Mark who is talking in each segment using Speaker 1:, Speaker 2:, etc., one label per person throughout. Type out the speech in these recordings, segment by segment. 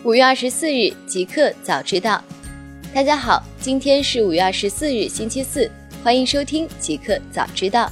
Speaker 1: 5月24日极客早知道。大家好，今天是5月24日星期四，欢迎收听极客早知道。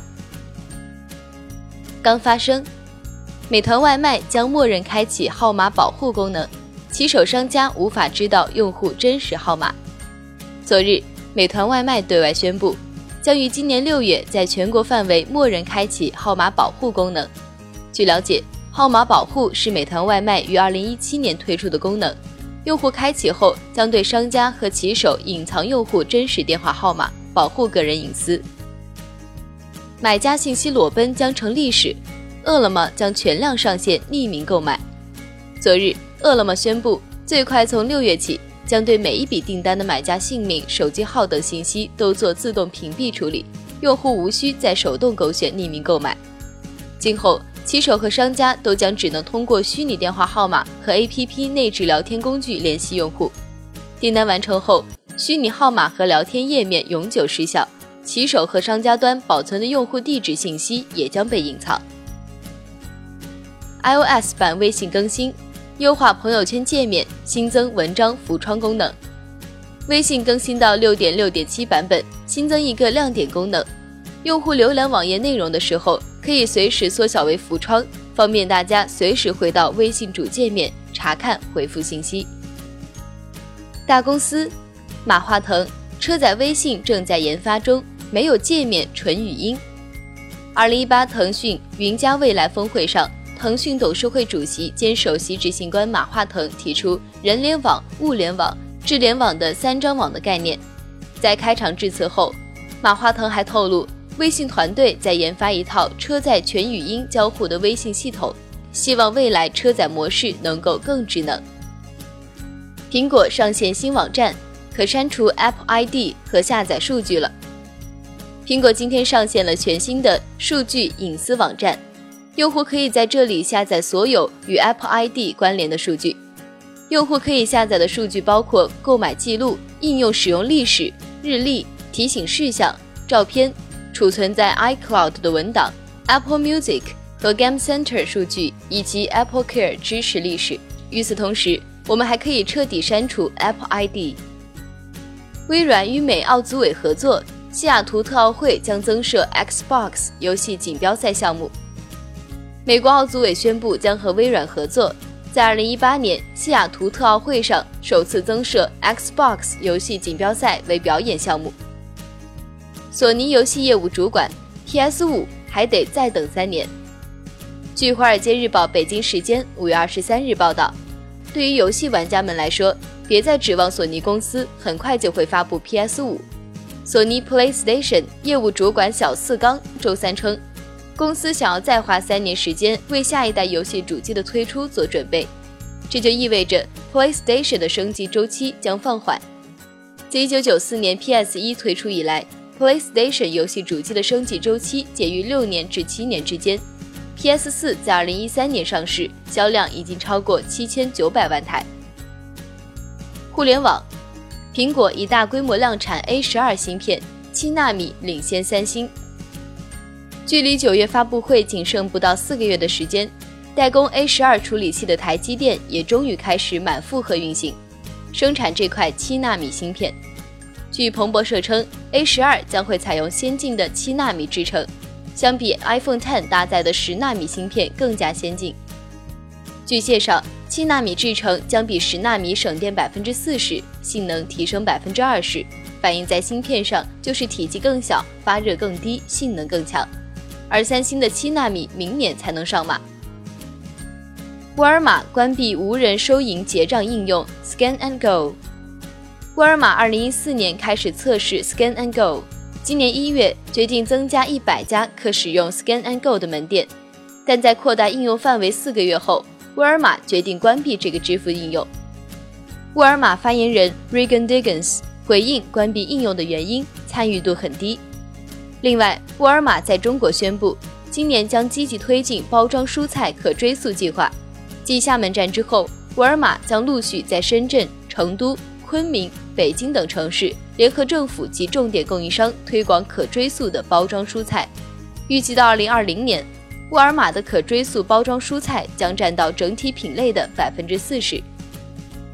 Speaker 1: 刚发生，美团外卖将默认开启号码保护功能，骑手商家无法知道用户真实号码。昨日，美团外卖对外宣布，将于今年6月在全国范围默认开启号码保护功能。据了解，号码保护是美团外卖于2017年推出的功能，用户开启后将对商家和骑手隐藏用户真实电话号码，保护个人隐私。买家信息裸奔将成历史，饿了么将全量上线匿名购买。昨日，饿了么宣布，最快从6月起，将对每一笔订单的买家姓名、手机号等信息都做自动屏蔽处理，用户无需再手动勾选匿名购买。今后，骑手和商家都将只能通过虚拟电话号码和 APP 内置聊天工具联系用户。订单完成后，虚拟号码和聊天页面永久失效，骑手和商家端保存的用户地址信息也将被隐藏。iOS 版微信更新，优化朋友圈界面，新增文章浮窗功能。微信更新到 6.6.7 版本，新增一个亮点功能，用户浏览网页内容的时候，可以随时缩小为浮窗，方便大家随时回到微信主界面查看回复信息。大公司，马化腾，车载微信正在研发中，没有界面，纯语音。2018腾讯云加未来峰会上，腾讯董事会主席兼首席执行官马化腾提出人联网、物联网、智联网的3张网的概念。在开场致辞后，马化腾还透露，微信团队在研发一套车载全语音交互的微信系统，希望未来车载模式能够更智能。苹果上线新网站，可删除 Apple ID 和下载数据了。苹果今天上线了全新的数据隐私网站，用户可以在这里下载所有与 Apple ID 关联的数据。用户可以下载的数据包括购买记录、应用使用历史、日历、提醒事项、照片、储存在 iCloud 的文档、Apple Music 和 Game Center 数据以及 Apple Care 支持历史。与此同时，我们还可以彻底删除 Apple ID。微软与美奥组委合作，西雅图特奥会将增设 Xbox 游戏锦标赛项目。美国奥组委宣布将和微软合作，在2018年西雅图特奥会上首次增设 Xbox 游戏锦标赛为表演项目。索尼游戏业务主管 PS5 还得再等3年。据华尔街日报北京时间5月23日报道，对于游戏玩家们来说，别再指望索尼公司很快就会发布 PS5。索尼 PlayStation 业务主管小四刚周三称，公司想要再花3年时间为下一代游戏主机的推出做准备，这就意味着 PlayStation 的升级周期将放缓。自1994年 PS1 推出以来， PlayStation 游戏主机的升级周期介于6年至7年之间。PS4 在2013年上市，销量已经超过7900万台。互联网，苹果以大规模量产 A12 芯片，7纳米领先三星。距离9月发布会仅剩不到4个月的时间，代工 A12 处理器的台积电也终于开始满负荷运行，生产这块7纳米芯片。据彭博社称， A12 将会采用先进的7纳米制程，相比 iPhone X 搭载的10纳米芯片更加先进。据介绍，7纳米制程将比10纳米省电 40%， 性能提升 20%， 反映在芯片上就是体积更小，发热更低，性能更强。而三星的7纳米明年才能上马。沃尔玛关闭无人收银结账应用 Scan and Go。 沃尔玛2014年开始测试 Scan and Go， 今年1月决定增加100家可使用 Scan and Go 的门店，但在扩大应用范围4个月后，沃尔玛决定关闭这个支付应用。沃尔玛发言人 Regan Diggins 回应关闭应用的原因，参与度很低。另外，沃尔玛在中国宣布，今年将积极推进包装蔬菜可追溯计划。继厦门站之后，沃尔玛将陆续在深圳、成都、昆明、北京等城市联合政府及重点供应商推广可追溯的包装蔬菜。预计到2020年，沃尔玛的可追溯包装蔬菜将占到整体品类的40%。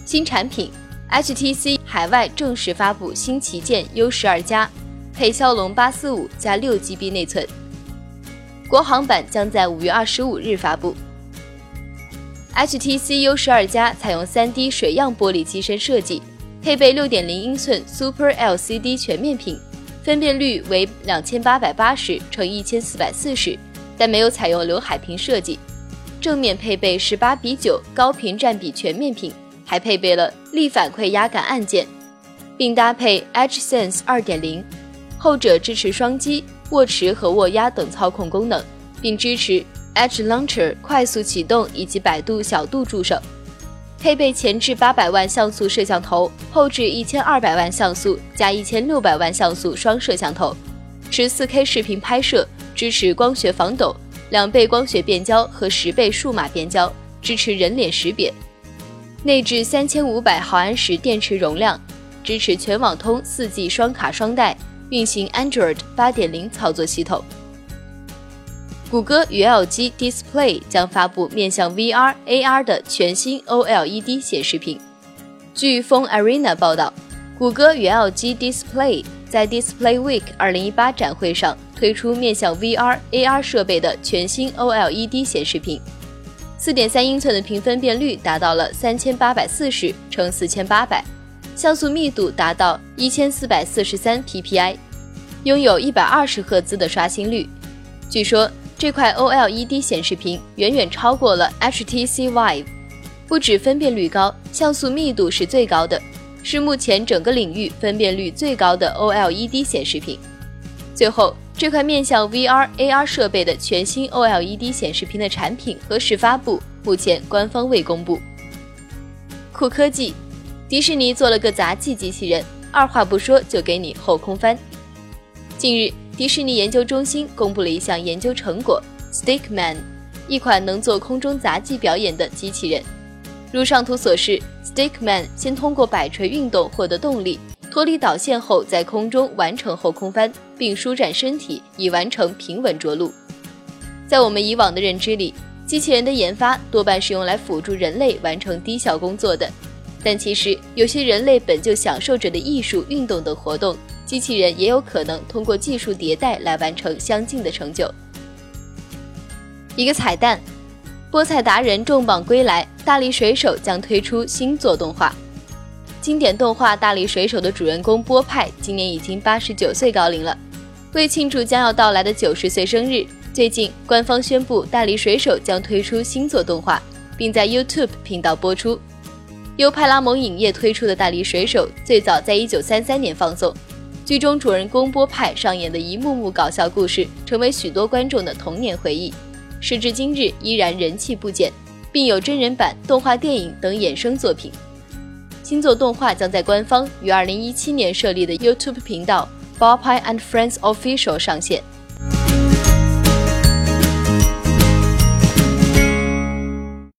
Speaker 1: 新产品 HTC 海外正式发布新旗舰 U12 加，配骁龙845加 6GB 内存，国行版将在5月25日发布。HTC U12 加采用 3D 水样玻璃机身设计，配备 6.0 英寸 Super LCD 全面屏，分辨率为2880×1440，但没有采用刘海屏设计。正面配备18:9高屏占比全面屏，还配备了力反馈压感按键，并搭配 EdgeSense 2.0， 后者支持双击、握持和握压等操控功能，并支持 Edge Launcher 快速启动以及百度小度助手。配备前置800万像素摄像头，后置1200万像素加1600万像素双摄像头，持 4K 视频拍摄，支持光学防抖、2倍光学变焦和10倍数码变焦，支持人脸识别。内置3500毫安时电池容量，支持全网通 4G 双卡双待，运行 Android 8.0 操作系统。谷歌与 LG Display 将发布面向 VR、AR 的全新 OLED 显示屏。据风 Arena 报道，谷歌与 LG Display 在 Display Week 2018展会上推出面向 VR、AR 设备的全新 OLED 显示屏。4.3 英寸的屏分辨率达到了3840×4800，像素密度达到1443 ppi， 拥有120赫兹的刷新率。据说这块 OLED 显示屏远远超过了 HTC Vive， 不止分辨率高，像素密度是最高的，是目前整个领域分辨率最高的 OLED 显示屏。最后，这块面向 VR、AR 设备的全新 OLED 显示屏的产品何时发布，目前官方未公布。酷科技，迪士尼做了个杂技机器人，二话不说就给你后空翻。近日，迪士尼研究中心公布了一项研究成果 Stickman， 一款能做空中杂技表演的机器人。如上图所示， Stickman 先通过摆锤运动获得动力，脱离导线后在空中完成后空翻，并舒展身体以完成平稳着陆。在我们以往的认知里，机器人的研发多半是用来辅助人类完成低效工作的，但其实有些人类本就享受着的艺术、运动等活动，机器人也有可能通过技术迭代来完成相近的成就。一个彩蛋，菠菜达人重磅归来，大力水手将推出新作动画。经典动画《大力水手》的主人公波派今年已经89岁高龄了。为庆祝将要到来的90岁生日，最近官方宣布大力水手将推出新作动画，并在 YouTube 频道播出。由派拉蒙影业推出的大力水手最早在1933年放送，剧中主人公波派上演的一幕幕搞笑故事成为许多观众的童年回忆，时至今日依然人气不减，并有真人版、动画电影等衍生作品。新作动画将在官方于2017年设立的 YouTube 频道 Popeye and Friends Official 上线。